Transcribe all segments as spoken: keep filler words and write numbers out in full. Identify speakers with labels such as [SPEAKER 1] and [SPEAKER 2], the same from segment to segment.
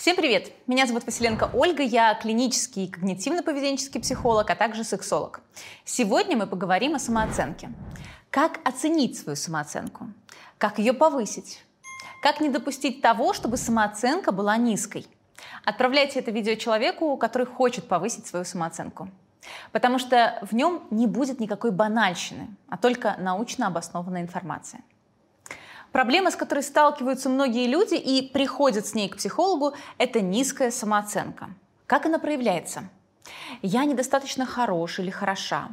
[SPEAKER 1] Всем привет! Меня зовут Василенко Ольга, я клинический когнитивно-поведенческий психолог, а также сексолог. Сегодня мы поговорим о самооценке. Как оценить свою самооценку? Как ее повысить? Как не допустить того, чтобы самооценка была низкой? Отправляйте это видео человеку, который хочет повысить свою самооценку. Потому что в нем не будет никакой банальщины, а только научно обоснованная информация. Проблема, с которой сталкиваются многие люди и приходят с ней к психологу, это низкая самооценка. Как она проявляется? Я недостаточно хорош или хороша.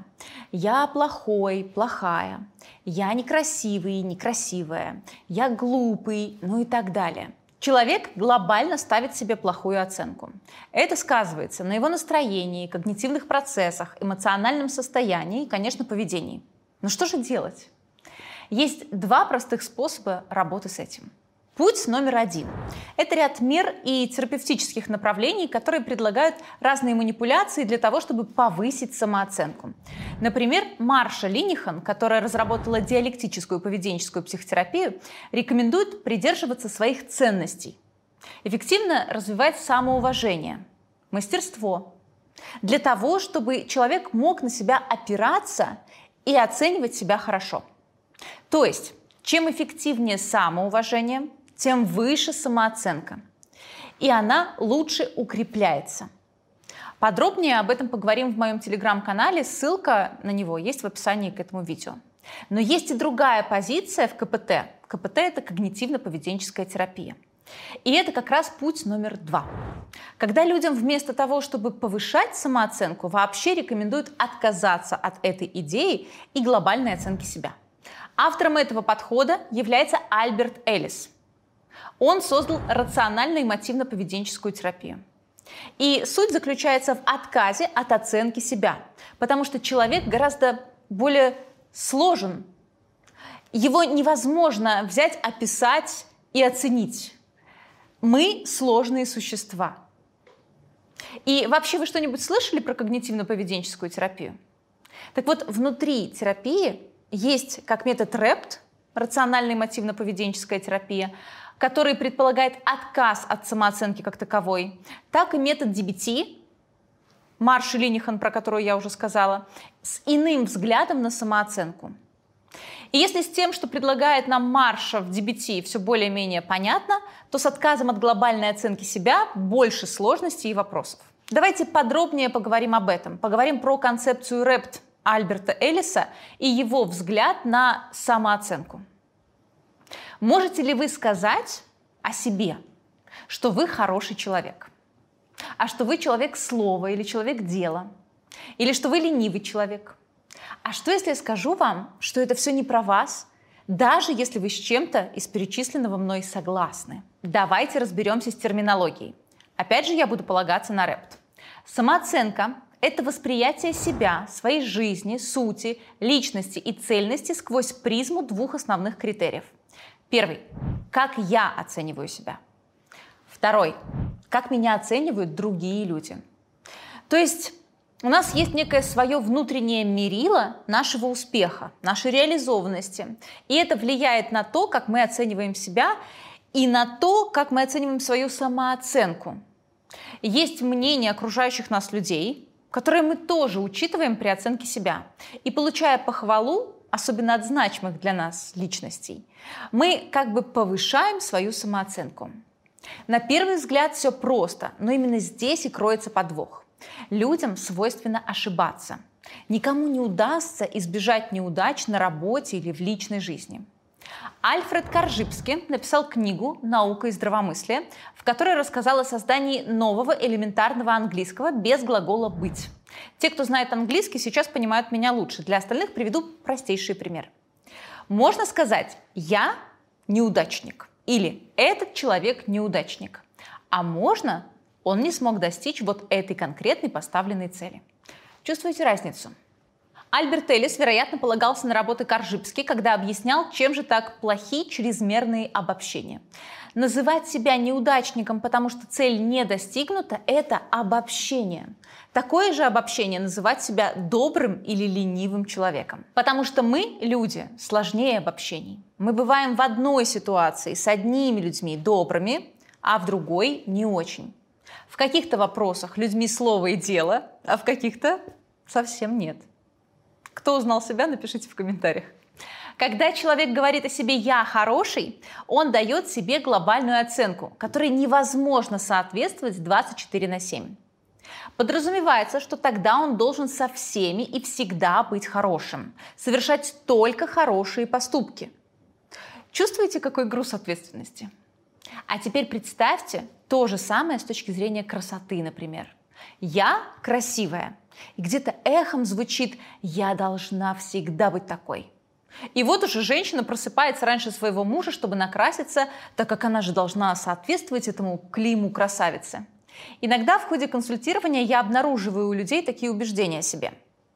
[SPEAKER 1] Я плохой, плохая. Я некрасивый, некрасивая. Я глупый, ну и так далее. Человек глобально ставит себе плохую оценку. Это сказывается на его настроении, когнитивных процессах, эмоциональном состоянии и, конечно, поведении. Но что же делать? Есть два простых способа работы с этим. Путь номер один – это ряд мер и терапевтических направлений, которые предлагают разные манипуляции для того, чтобы повысить самооценку. Например, Марша Линихан, которая разработала диалектическую поведенческую психотерапию, рекомендует придерживаться своих ценностей, эффективно развивать самоуважение, мастерство, для того, чтобы человек мог на себя опираться и оценивать себя хорошо. То есть, чем эффективнее самоуважение, тем выше самооценка. И она лучше укрепляется. Подробнее об этом поговорим в моем телеграм-канале. Ссылка на него есть в описании к этому видео. Но есть и другая позиция в ка пэ тэ. ка пэ тэ – это когнитивно-поведенческая терапия. И это как раз путь номер два. Когда людям вместо того, чтобы повышать самооценку, вообще рекомендуют отказаться от этой идеи и глобальной оценки себя. Автором этого подхода является Альберт Эллис. Он создал рационально-эмотивно-поведенческую терапию. И суть заключается в отказе от оценки себя, потому что человек гораздо более сложен. Его невозможно взять, описать и оценить. Мы сложные существа. И вообще вы что-нибудь слышали про когнитивно-поведенческую терапию? Так вот, внутри терапии есть как метод рэпт, рационально-эмотивно-поведенческая терапия, который предполагает отказ от самооценки как таковой, так и метод ди би ти, Марши Линихан, про которую я уже сказала, с иным взглядом на самооценку. И если с тем, что предлагает нам Марша в ди би ти, все более-менее понятно, то с отказом от глобальной оценки себя больше сложностей и вопросов. Давайте подробнее поговорим об этом. Поговорим про концепцию рэпт Альберта Эллиса и его взгляд на самооценку. Можете ли вы сказать о себе, что вы хороший человек, а что вы человек слова или человек дела, или что вы ленивый человек? А что, если я скажу вам, что это все не про вас, даже если вы с чем-то из перечисленного мной согласны? Давайте разберемся с терминологией. Опять же, я буду полагаться на рэпт. Самооценка – это восприятие себя, своей жизни, сути, личности и цельности сквозь призму двух основных критериев. Первый – как я оцениваю себя. Второй – как меня оценивают другие люди. То есть у нас есть некое свое внутреннее мерило нашего успеха, нашей реализованности. И это влияет на то, как мы оцениваем себя и на то, как мы оцениваем свою самооценку. Есть мнение окружающих нас людей, которые мы тоже учитываем при оценке себя. И получая похвалу, особенно от значимых для нас личностей, мы как бы повышаем свою самооценку. На первый взгляд все просто, но именно здесь и кроется подвох. Людям свойственно ошибаться. Никому не удастся избежать неудач на работе или в личной жизни. Альфред Коржибский написал книгу «Наука и здравомыслие», в которой рассказал о создании нового элементарного английского без глагола «быть». Те, кто знает английский, сейчас понимают меня лучше. Для остальных приведу простейший пример. Можно сказать «я неудачник» или «этот человек неудачник». А можно «он не смог достичь вот этой конкретной поставленной цели». Чувствуете разницу? Альберт Эллис, вероятно, полагался на работы Коржибски, когда объяснял, чем же так плохи чрезмерные обобщения. Называть себя неудачником, потому что цель не достигнута, это обобщение. Такое же обобщение называть себя добрым или ленивым человеком. Потому что мы, люди, сложнее обобщений. Мы бываем в одной ситуации с одними людьми добрыми, а в другой не очень. В каких-то вопросах людьми слово и дело, а в каких-то совсем нет. Кто узнал себя, напишите в комментариях. Когда человек говорит о себе «я хороший», он дает себе глобальную оценку, которой невозможно соответствовать двадцать четыре на семь. Подразумевается, что тогда он должен со всеми и всегда быть хорошим, совершать только хорошие поступки. Чувствуете, какой груз ответственности? А теперь представьте то же самое с точки зрения красоты, например. «Я красивая», и где-то эхом звучит «я должна всегда быть такой». И вот уже женщина просыпается раньше своего мужа, чтобы накраситься, так как она же должна соответствовать этому клейму красавицы. Иногда в ходе консультирования я обнаруживаю у людей такие убеждения о себе.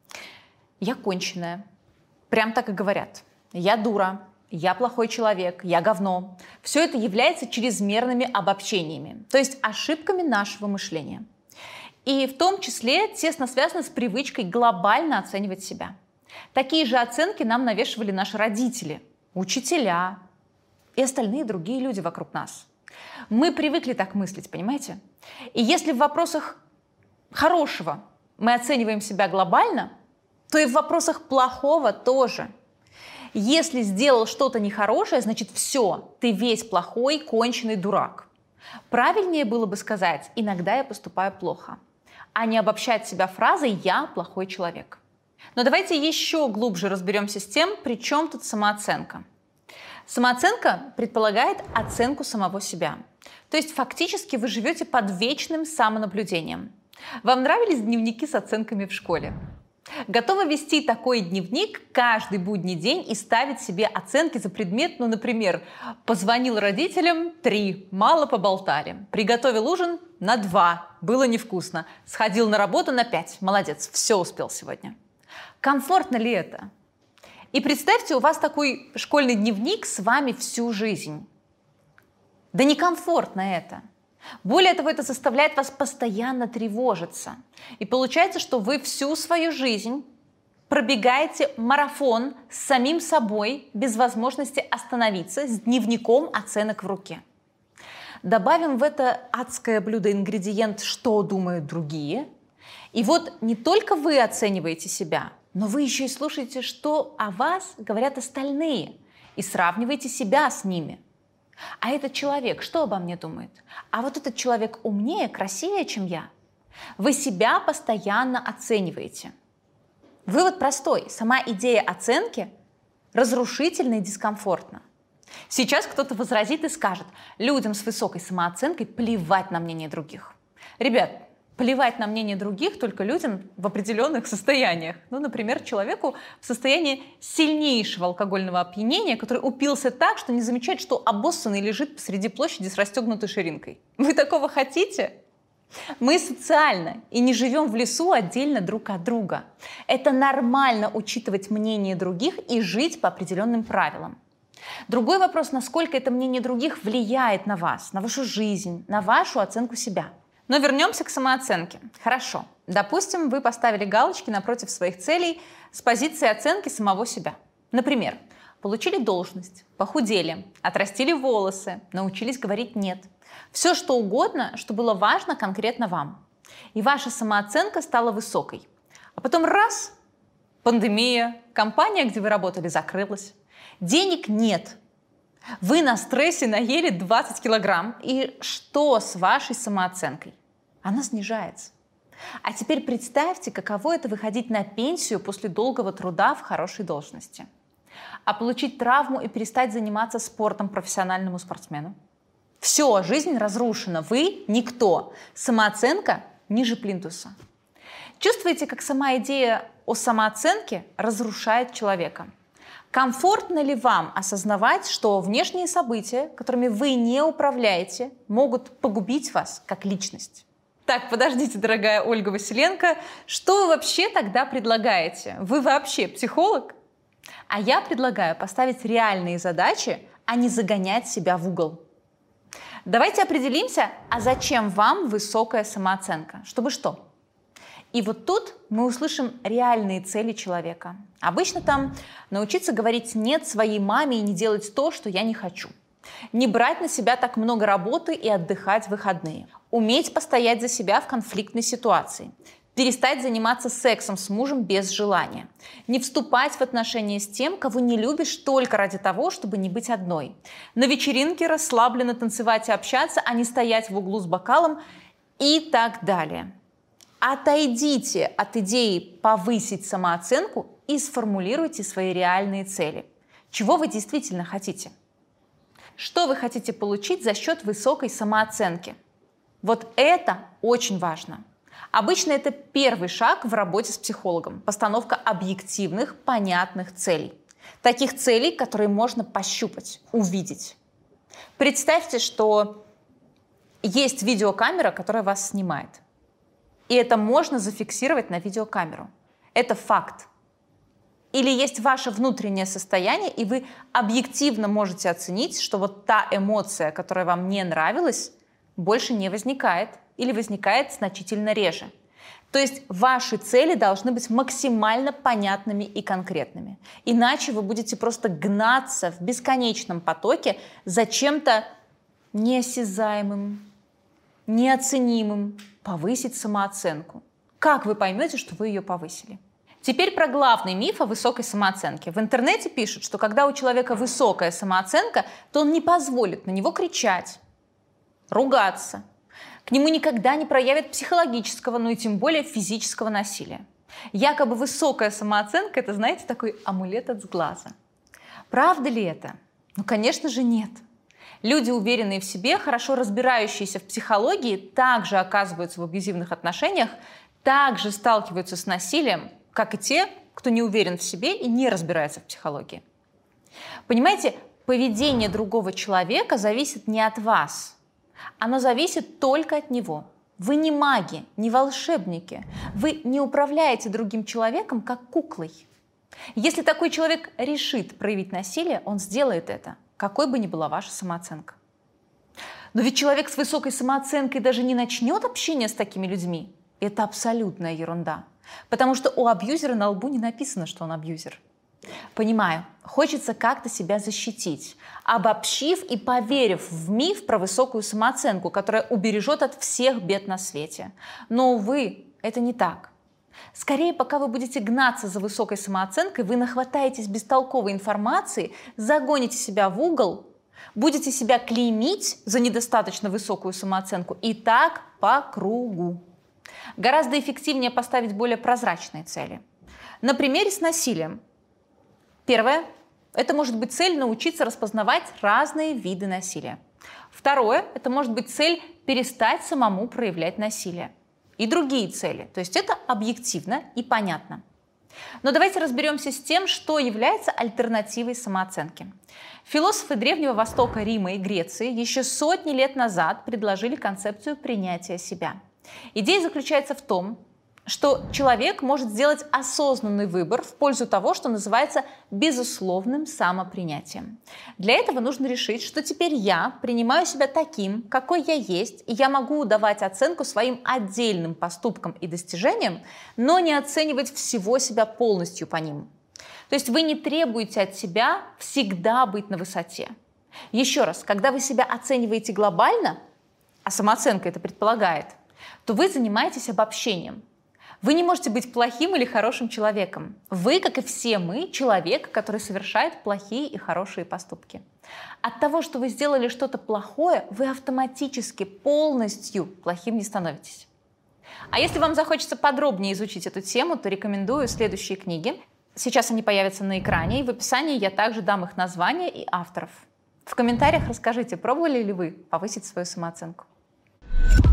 [SPEAKER 1] Я конченая. Прям так и говорят. Я дура. Я плохой человек. Я говно. Все это является чрезмерными обобщениями, то есть ошибками нашего мышления. И в том числе тесно связано с привычкой глобально оценивать себя. Такие же оценки нам навешивали наши родители, учителя и остальные другие люди вокруг нас. Мы привыкли так мыслить, понимаете? И если в вопросах хорошего мы оцениваем себя глобально, то и в вопросах плохого тоже. Если сделал что-то нехорошее, значит все, ты весь плохой, конченый дурак. Правильнее было бы сказать «иногда я поступаю плохо», а не обобщать себя фразой «я плохой человек». Но давайте еще глубже разберемся с тем, при чем тут самооценка. Самооценка предполагает оценку самого себя. То есть фактически вы живете под вечным самонаблюдением. Вам нравились дневники с оценками в школе? Готовы вести такой дневник каждый будний день и ставить себе оценки за предмет, ну, например, позвонил родителям – три, мало поболтали, приготовил ужин – на два, было невкусно, сходил на работу на пять, молодец, все успел сегодня. Комфортно ли это? И представьте, у вас такой школьный дневник с вами всю жизнь. Да некомфортно это. Более того, это заставляет вас постоянно тревожиться. И получается, что вы всю свою жизнь пробегаете марафон с самим собой без возможности остановиться, с дневником оценок в руке. Добавим в это адское блюдо ингредиент «что думают другие». И вот не только вы оцениваете себя, но вы еще и слушаете, что о вас говорят остальные, и сравниваете себя с ними. А этот человек что обо мне думает? А вот этот человек умнее, красивее, чем я. Вы себя постоянно оцениваете. Вывод простой. Сама идея оценки разрушительна и дискомфортна. Сейчас кто-то возразит и скажет, людям с высокой самооценкой плевать на мнение других. Ребят, плевать на мнение других только людям в определенных состояниях. Ну, например, человеку в состоянии сильнейшего алкогольного опьянения, который упился так, что не замечает, что обоссанный лежит посреди площади с расстегнутой ширинкой. Вы такого хотите? Мы социально и не живем в лесу отдельно друг от друга. Это нормально учитывать мнение других и жить по определенным правилам. Другой вопрос, насколько это мнение других влияет на вас, на вашу жизнь, на вашу оценку себя. Но вернемся к самооценке. Хорошо. Допустим, вы поставили галочки напротив своих целей с позиции оценки самого себя. Например, получили должность, похудели, отрастили волосы, научились говорить «нет». Все что угодно, что было важно конкретно вам. И ваша самооценка стала высокой. А потом раз – пандемия, компания, где вы работали, закрылась. Денег нет. Вы на стрессе наели двадцать килограмм. И что с вашей самооценкой? Она снижается. А теперь представьте, каково это выходить на пенсию после долгого труда в хорошей должности. А получить травму и перестать заниматься спортом профессиональному спортсмену. Все, жизнь разрушена. Вы никто. Самооценка ниже плинтуса. Чувствуете, как сама идея о самооценке разрушает человека? Комфортно ли вам осознавать, что внешние события, которыми вы не управляете, могут погубить вас как личность? Так, подождите, дорогая Ольга Василенко, что вы вообще тогда предлагаете? Вы вообще психолог? А я предлагаю поставить реальные задачи, а не загонять себя в угол. Давайте определимся, а зачем вам высокая самооценка? Чтобы что? И вот тут мы услышим реальные цели человека. Обычно там научиться говорить «нет» своей маме и не делать то, что я не хочу. Не брать на себя так много работы и отдыхать в выходные. Уметь постоять за себя в конфликтной ситуации. Перестать заниматься сексом с мужем без желания. Не вступать в отношения с тем, кого не любишь только ради того, чтобы не быть одной. На вечеринке расслабленно танцевать и общаться, а не стоять в углу с бокалом и так далее. Отойдите от идеи повысить самооценку и сформулируйте свои реальные цели. Чего вы действительно хотите? Что вы хотите получить за счет высокой самооценки? Вот это очень важно. Обычно это первый шаг в работе с психологом – постановка объективных, понятных целей. Таких целей, которые можно пощупать, увидеть. Представьте, что есть видеокамера, которая вас снимает. И это можно зафиксировать на видеокамеру. Это факт. Или есть ваше внутреннее состояние, и вы объективно можете оценить, что вот та эмоция, которая вам не нравилась, больше не возникает или возникает значительно реже. То есть ваши цели должны быть максимально понятными и конкретными. Иначе вы будете просто гнаться в бесконечном потоке за чем-то неосязаемым, неоценимым, повысить самооценку. Как вы поймете, что вы ее повысили? Теперь про главный миф о высокой самооценке. В интернете пишут, что когда у человека высокая самооценка, то он не позволит на него кричать, ругаться. К нему никогда не проявят психологического, ну и тем более физического насилия. Якобы высокая самооценка – это, знаете, такой амулет от сглаза. Правда ли это? Ну, конечно же, нет. Люди, уверенные в себе, хорошо разбирающиеся в психологии, также оказываются в абьюзивных отношениях, также сталкиваются с насилием, как и те, кто не уверен в себе и не разбирается в психологии. Понимаете, поведение другого человека зависит не от вас. Оно зависит только от него. Вы не маги, не волшебники. Вы не управляете другим человеком, как куклой. Если такой человек решит проявить насилие, он сделает это, какой бы ни была ваша самооценка. Но ведь человек с высокой самооценкой даже не начнет общение с такими людьми. Это абсолютная ерунда. Потому что у абьюзера на лбу не написано, что он абьюзер. Понимаю, хочется как-то себя защитить, обобщив и поверив в миф про высокую самооценку, которая убережет от всех бед на свете. Но, увы, это не так. Скорее, пока вы будете гнаться за высокой самооценкой, вы нахватаетесь бестолковой информации, загоните себя в угол, будете себя клеймить за недостаточно высокую самооценку и так по кругу. Гораздо эффективнее поставить более прозрачные цели. На примере с насилием. Первое – это может быть цель научиться распознавать разные виды насилия. Второе – это может быть цель перестать самому проявлять насилие. И другие цели. То есть это объективно и понятно. Но давайте разберемся с тем, что является альтернативой самооценке. Философы Древнего Востока, Рима и Греции еще сотни лет назад предложили концепцию принятия себя. Идея заключается в том, что человек может сделать осознанный выбор в пользу того, что называется безусловным самопринятием. Для этого нужно решить, что теперь я принимаю себя таким, какой я есть, и я могу давать оценку своим отдельным поступкам и достижениям, но не оценивать всего себя полностью по ним. То есть вы не требуете от себя всегда быть на высоте. Еще раз, когда вы себя оцениваете глобально, а самооценка это предполагает, то вы занимаетесь обобщением. Вы не можете быть плохим или хорошим человеком. Вы, как и все мы, человек, который совершает плохие и хорошие поступки. От того, что вы сделали что-то плохое, вы автоматически полностью плохим не становитесь. А если вам захочется подробнее изучить эту тему, то рекомендую следующие книги. Сейчас они появятся на экране, и в описании я также дам их названия и авторов. В комментариях расскажите, пробовали ли вы повысить свою самооценку.